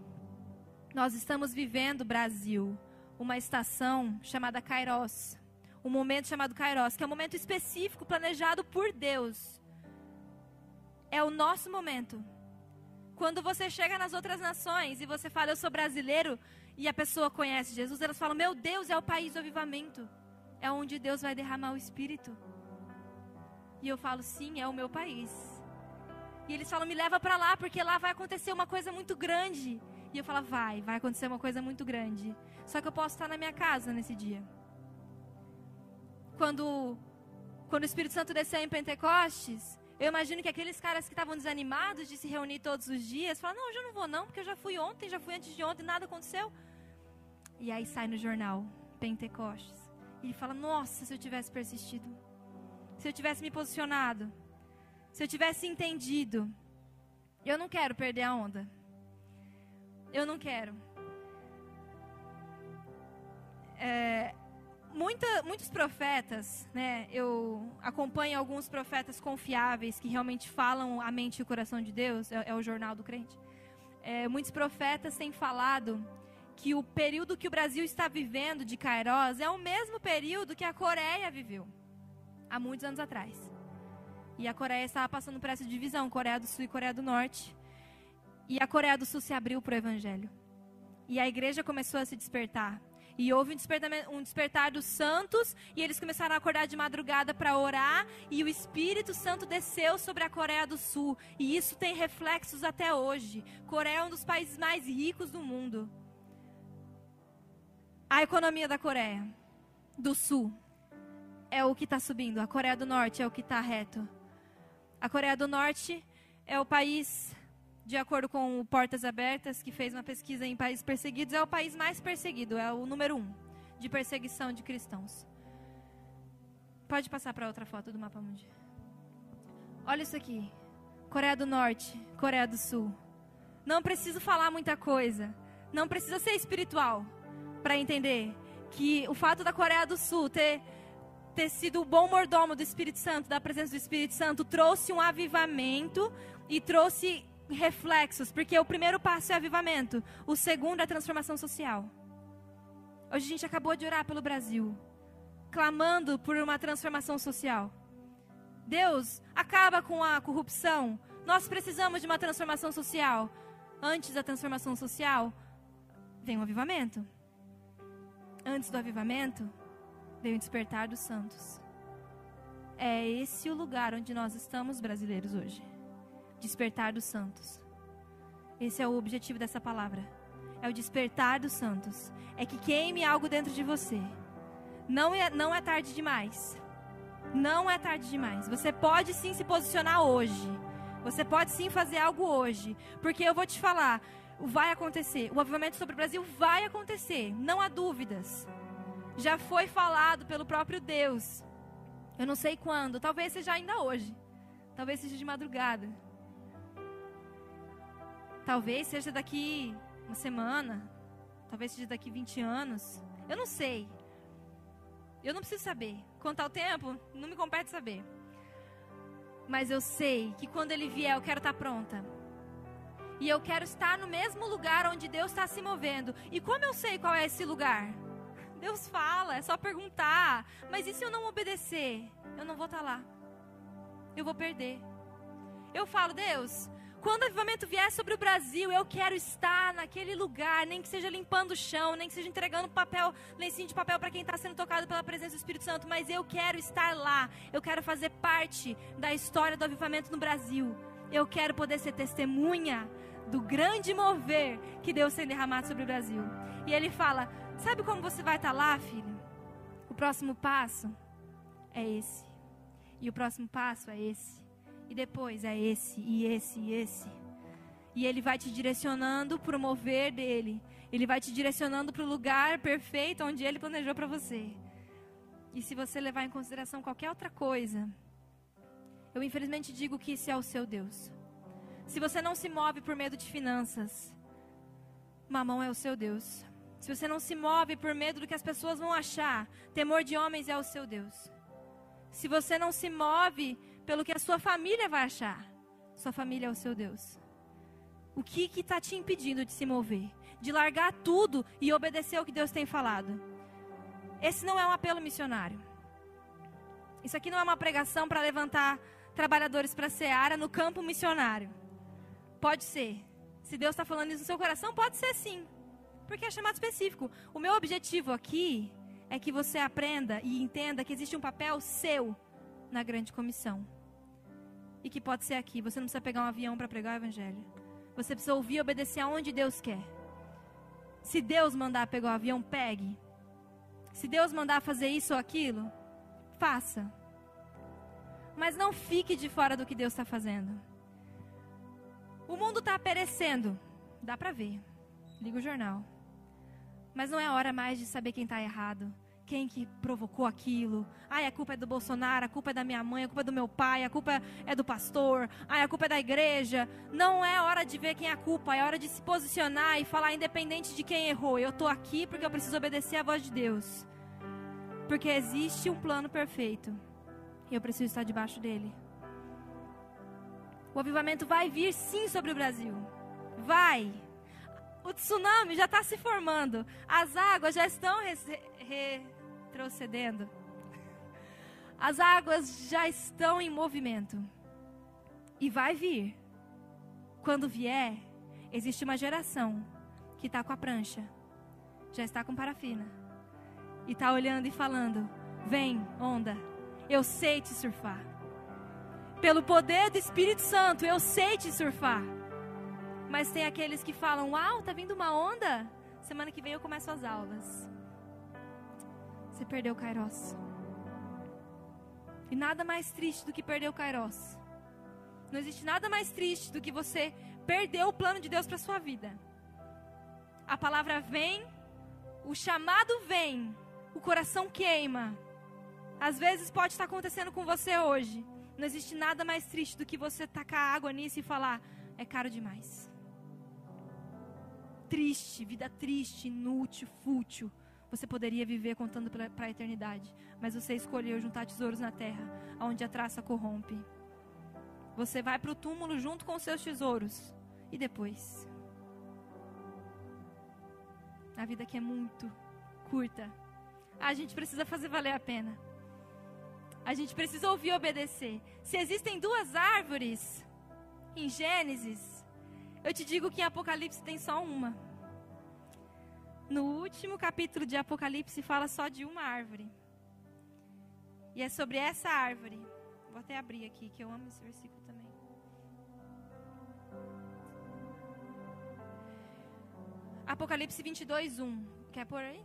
Nós estamos vivendo, Brasil, uma estação chamada Kairos. um momento chamado Kairos, que é um momento específico, planejado por Deus. É o nosso momento. Quando você chega nas outras nações e você fala, eu sou brasileiro, e a pessoa conhece Jesus, elas falam, meu Deus, é o país do avivamento. É onde Deus vai derramar o Espírito. E eu falo, sim, é o meu país. E eles falam, me leva para lá, porque lá vai acontecer uma coisa muito grande. E eu falo, vai, vai acontecer uma coisa muito grande. Só que eu posso estar na minha casa nesse dia. Quando, quando o Espírito Santo desceu em Pentecostes, eu imagino que aqueles caras que estavam desanimados de se reunir todos os dias, falam, não, hoje eu não vou não, porque eu já fui ontem, já fui antes de ontem, nada aconteceu. E aí sai no jornal, Pentecostes. E ele fala, nossa, se eu tivesse persistido. Se eu tivesse me posicionado. Se eu tivesse entendido. Eu não quero perder a onda. Eu não quero. É, muita, muitos profetas, né, eu acompanho alguns profetas confiáveis que realmente falam a mente e o coração de Deus, é, é o Jornal do Crente. É, muitos profetas têm falado que o período que o Brasil está vivendo de Kairos é o mesmo período que a Coreia viveu, há muitos anos atrás. E a Coreia estava passando por essa divisão, Coreia do Sul e Coreia do Norte. E a Coreia do Sul se abriu para o Evangelho. E a igreja começou a se despertar. E houve um despertar, um despertar dos santos, e eles começaram a acordar de madrugada para orar, e o Espírito Santo desceu sobre a Coreia do Sul. E isso tem reflexos até hoje. Coreia é um dos países mais ricos do mundo. A economia da Coreia do Sul é o que está subindo. A Coreia do Norte é o que está reto. A Coreia do Norte é o país, de acordo com o Portas Abertas, que fez uma pesquisa em países perseguidos, é o país mais perseguido, é o número um de perseguição de cristãos. Pode passar para outra foto do mapa mundial. Olha isso aqui. Coreia do Norte, Coreia do Sul. Não preciso falar muita coisa. Não precisa ser espiritual para entender que o fato da Coreia do Sul ter, ter sido o bom mordomo do Espírito Santo, da presença do Espírito Santo, trouxe um avivamento e trouxe reflexos, porque o primeiro passo é avivamento, o segundo é transformação social. Hoje a gente acabou de orar pelo Brasil, clamando por uma transformação social. Deus, acaba com a corrupção. Nós precisamos de uma transformação social. Antes da transformação social, vem o avivamento. Antes do avivamento, vem o despertar dos santos. É esse o lugar onde nós estamos, brasileiros, hoje. Despertar dos santos. Esse é o objetivo dessa palavra. É o despertar dos santos. É que queime algo dentro de você. Não é, não é tarde demais. Não é tarde demais. Você pode sim se posicionar hoje. Você pode sim fazer algo hoje. Porque eu vou te falar, vai acontecer. O avivamento sobre o Brasil vai acontecer. Não há dúvidas. Já foi falado pelo próprio Deus. Eu não sei quando. Talvez seja ainda hoje. Talvez seja de madrugada. Talvez seja daqui uma semana. Talvez seja daqui vinte anos. Eu não sei. Eu não preciso saber. Quanto ao tempo, não me compete saber. Mas eu sei que quando ele vier, eu quero estar pronta. E eu quero estar no mesmo lugar onde Deus está se movendo. E como eu sei qual é esse lugar? Deus fala, é só perguntar. Mas e se eu não obedecer? Eu não vou estar lá. Eu vou perder. Eu falo, Deus, quando o avivamento vier sobre o Brasil, eu quero estar naquele lugar, nem que seja limpando o chão, nem que seja entregando papel, lencinho de papel para quem está sendo tocado pela presença do Espírito Santo, mas eu quero estar lá, eu quero fazer parte da história do avivamento no Brasil, eu quero poder ser testemunha do grande mover que Deus tem derramado sobre o Brasil. E ele fala, sabe como você vai estar lá, filho? O próximo passo é esse, e o próximo passo é esse. E depois é esse, e esse, e esse. E ele vai te direcionando para o mover dele. Ele vai te direcionando para o lugar perfeito onde ele planejou para você. E se você levar em consideração qualquer outra coisa, eu infelizmente digo que esse é o seu Deus. Se você não se move por medo de finanças, Mamão é o seu Deus. Se você não se move por medo do que as pessoas vão achar, temor de homens é o seu Deus. Se você não se move pelo que a sua família vai achar, sua família é o seu Deus. O que que está te impedindo de se mover? De largar tudo e obedecer ao que Deus tem falado? Esse não é um apelo missionário. Isso aqui não é uma pregação para levantar trabalhadores para a seara no campo missionário. Pode ser. Se Deus está falando isso no seu coração, pode ser sim. Porque é chamado específico. O meu objetivo aqui é que você aprenda e entenda que existe um papel seu na grande comissão. E que pode ser aqui. Você não precisa pegar um avião para pregar o evangelho. Você precisa ouvir e obedecer aonde Deus quer. Se Deus mandar pegar o avião, pegue. Se Deus mandar fazer isso ou aquilo, faça. Mas não fique de fora do que Deus está fazendo. O mundo está perecendo. Dá para ver. Liga o jornal. Mas não é hora mais de saber quem está errado. Quem que provocou aquilo. Ai, a culpa é do Bolsonaro, a culpa é da minha mãe, a culpa é do meu pai, a culpa é do pastor. Ai, a culpa é da igreja. Não é hora de ver quem é a culpa. É hora de se posicionar e falar independente de quem errou. Eu estou aqui porque eu preciso obedecer a voz de Deus. Porque existe um plano perfeito. E eu preciso estar debaixo dele. O avivamento vai vir sim sobre o Brasil. Vai. O tsunami já está se formando. As águas já estão retrocedendo. As águas já estão em movimento. E vai vir. Quando vier, existe uma geração que está com a prancha. Já está com parafina. E está olhando e falando: vem, onda. Eu sei te surfar. Pelo poder do Espírito Santo, eu sei te surfar. Mas tem aqueles que falam: uau, tá vindo uma onda? Semana que vem eu começo as aulas. Você perdeu o Kairos. E nada mais triste do que perder o Kairos. Não existe nada mais triste do que você perder o plano de Deus para sua vida. A palavra vem, o chamado vem, o coração queima. Às vezes pode estar acontecendo com você hoje. Não existe nada mais triste do que você tacar água nisso e falar: é caro demais. Triste, vida triste, inútil, fútil. Você poderia viver contando para a eternidade. Mas você escolheu juntar tesouros na terra, onde a traça corrompe. Você vai para o túmulo junto com os seus tesouros. E depois? A vida aqui é muito curta. A gente precisa fazer valer a pena. A gente precisa ouvir e obedecer. Se existem duas árvores em Gênesis, eu te digo que em Apocalipse tem só uma. No último capítulo de Apocalipse fala só de uma árvore. E é sobre essa árvore. Vou até abrir aqui, que eu amo esse versículo também. Apocalipse vinte e dois, um. Quer pôr aí?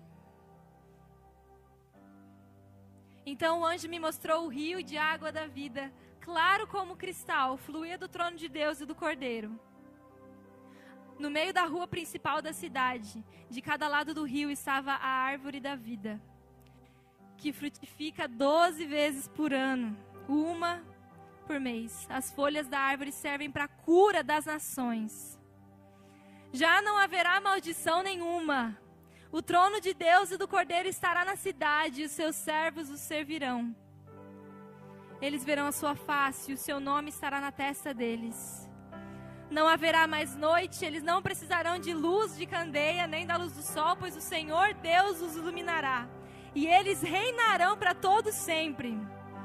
Então o anjo me mostrou o rio de água da vida, claro como cristal, fluía do trono de Deus e do Cordeiro. No meio da rua principal da cidade, de cada lado do rio estava a árvore da vida, que frutifica doze vezes por ano, uma por mês. As folhas da árvore servem para a cura das nações. Já não haverá maldição nenhuma. O trono de Deus e do Cordeiro estará na cidade, e os seus servos os servirão. Eles verão a sua face, e o seu nome estará na testa deles. Não haverá mais noite, eles não precisarão de luz de candeia, nem da luz do sol, pois o Senhor Deus os iluminará. E eles reinarão para todo sempre.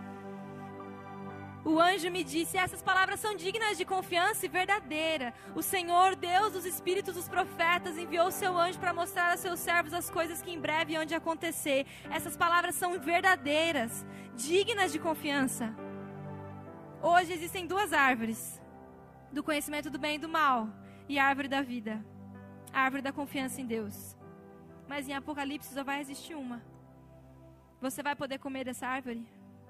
O anjo me disse: essas palavras são dignas de confiança e verdadeira. O Senhor, Deus dos espíritos dos profetas, enviou o seu anjo para mostrar a seus servos as coisas que em breve hão de acontecer. Essas palavras são verdadeiras, dignas de confiança. Hoje existem duas árvores: do conhecimento do bem e do mal, e a árvore da vida, a árvore da confiança em Deus. Mas em Apocalipse só vai existir uma. Você vai poder comer dessa árvore?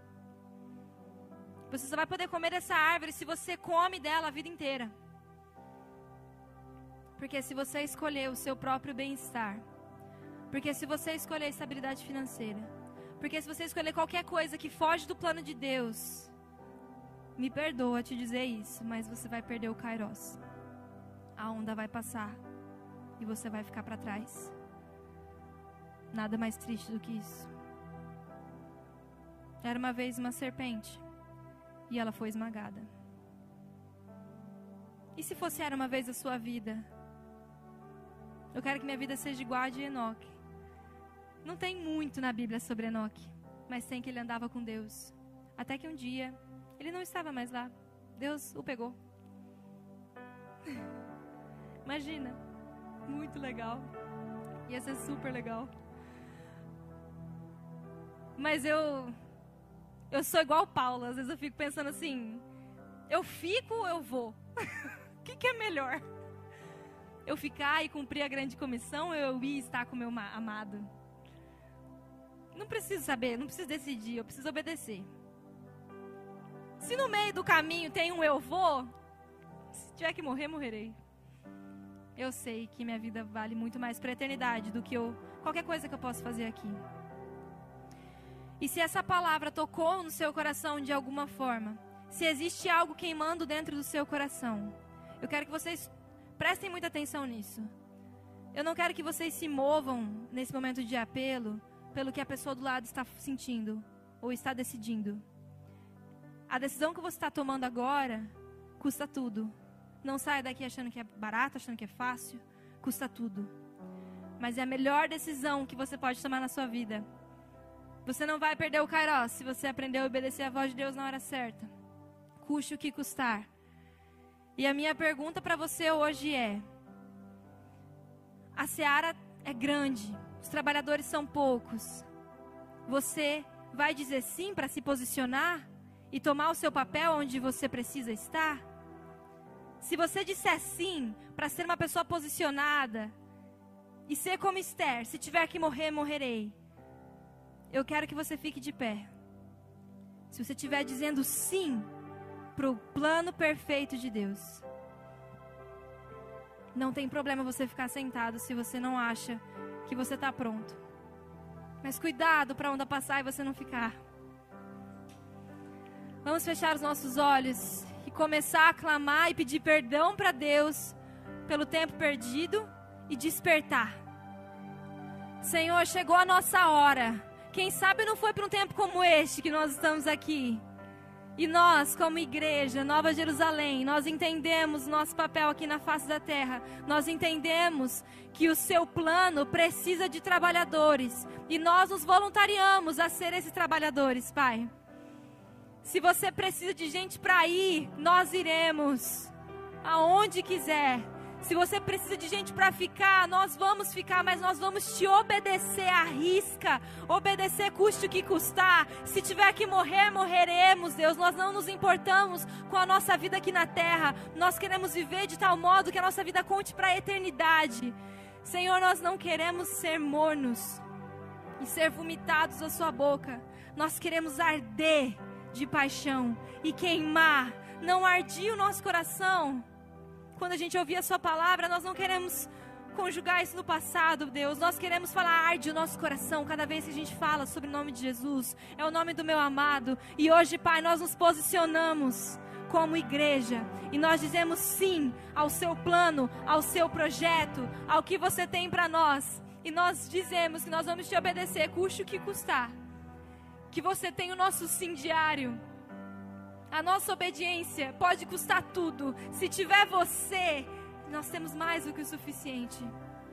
Você só vai poder comer dessa árvore se você come dela a vida inteira. Porque se você escolher o seu próprio bem-estar, porque se você escolher estabilidade financeira, porque se você escolher qualquer coisa que foge do plano de Deus, me perdoa te dizer isso, mas você vai perder o Kairos. A onda vai passar e você vai ficar para trás. Nada mais triste do que isso. Era uma vez uma serpente e ela foi esmagada. E se fosse era uma vez a sua vida? Eu quero que minha vida seja igual a de Enoque. Não tem muito na Bíblia sobre Enoque, mas tem que ele andava com Deus. Até que um dia, ele não estava mais lá. Deus o pegou. Imagina, muito legal. Ia ser super legal. Mas eu, eu sou igual Paulo. Às vezes eu fico pensando assim, eu fico ou eu vou? O que, que é melhor? Eu ficar e cumprir a grande comissão ou eu ir estar com o meu amado? Não preciso saber, não preciso decidir, eu preciso obedecer. Se no meio do caminho tem um eu vou, se tiver que morrer, morrerei. Eu sei que minha vida vale muito mais para a eternidade do que eu, qualquer coisa que eu possa fazer aqui. E se essa palavra tocou no seu coração de alguma forma, se existe algo queimando dentro do seu coração, eu quero que vocês prestem muita atenção nisso. Eu não quero que vocês se movam nesse momento de apelo pelo que a pessoa do lado está sentindo ou está decidindo. A decisão que você está tomando agora custa tudo. Não saia daqui achando que é barato, achando que é fácil. Custa tudo. Mas é a melhor decisão que você pode tomar na sua vida. Você não vai perder o Kairos se você aprender a obedecer a voz de Deus na hora certa. Custe o que custar. E a minha pergunta para você hoje é: a seara é grande, os trabalhadores são poucos. Você vai dizer sim para se posicionar e tomar o seu papel onde você precisa estar? Se você disser sim para ser uma pessoa posicionada e ser como Esther, se tiver que morrer, morrerei, eu quero que você fique de pé. Se você estiver dizendo sim para o plano perfeito de Deus, não tem problema você ficar sentado se você não acha que você está pronto. Mas cuidado para a onda passar e você não ficar. Vamos fechar os nossos olhos e começar a clamar e pedir perdão para Deus pelo tempo perdido e despertar. Senhor, chegou a nossa hora. Quem sabe não foi para um tempo como este que nós estamos aqui. E nós, como igreja, Nova Jerusalém, nós entendemos nosso papel aqui na face da terra. Nós entendemos que o seu plano precisa de trabalhadores. E nós nos voluntariamos a ser esses trabalhadores, Pai. Se você precisa de gente para ir, nós iremos aonde quiser. Se você precisa de gente para ficar, nós vamos ficar, mas nós vamos te obedecer à risca, obedecer custe o que custar. Se tiver que morrer, morreremos, Deus. Nós não nos importamos com a nossa vida aqui na terra. Nós queremos viver de tal modo que a nossa vida conte para a eternidade. Senhor, nós não queremos ser mornos e ser vomitados da sua boca. Nós queremos arder de paixão e queimar. Não ardia o nosso coração quando a gente ouvia a sua palavra. Nós não queremos conjugar isso no passado, Deus. Nós queremos falar, arde o nosso coração cada vez que a gente fala sobre o nome de Jesus. É o nome do meu amado. E hoje, Pai, nós nos posicionamos como igreja e nós dizemos sim ao seu plano, ao seu projeto, ao que você tem para nós. E nós dizemos que nós vamos te obedecer, custe o que custar. Que você tem o nosso sim diário. A nossa obediência pode custar tudo. Se tiver você, nós temos mais do que o suficiente.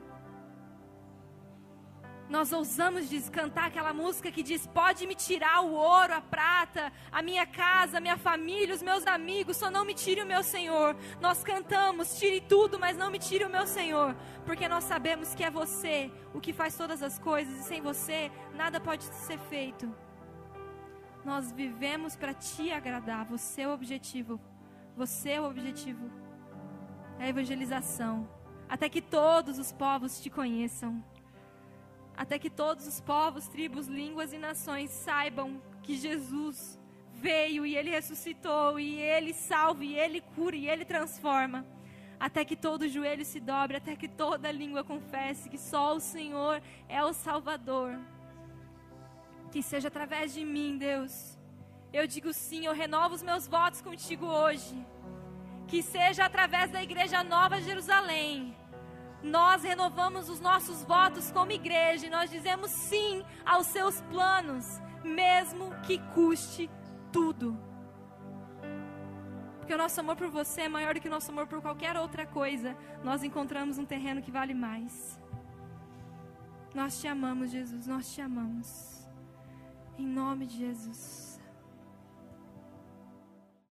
Nós ousamos cantar aquela música que diz: pode me tirar o ouro, a prata, a minha casa, a minha família, os meus amigos, só não me tire o meu Senhor. Nós cantamos: tire tudo, mas não me tire o meu Senhor. Porque nós sabemos que é você o que faz todas as coisas, e sem você nada pode ser feito. Nós vivemos para te agradar. Você é o objetivo. Você é o objetivo. É a evangelização. Até que todos os povos te conheçam. Até que todos os povos, tribos, línguas e nações saibam que Jesus veio e Ele ressuscitou, e Ele salva, e Ele cura, e Ele transforma. Até que todo joelho se dobre, até que toda língua confesse que só o Senhor é o Salvador. Que seja através de mim, Deus. Eu digo sim, eu renovo os meus votos contigo hoje. Que seja através da Igreja Nova Jerusalém. Nós renovamos os nossos votos como igreja e nós dizemos sim aos seus planos, mesmo que custe tudo. Porque o nosso amor por você é maior do que o nosso amor por qualquer outra coisa. Nós encontramos um terreno que vale mais. Nós te amamos, Jesus, nós te amamos. Em nome de Jesus.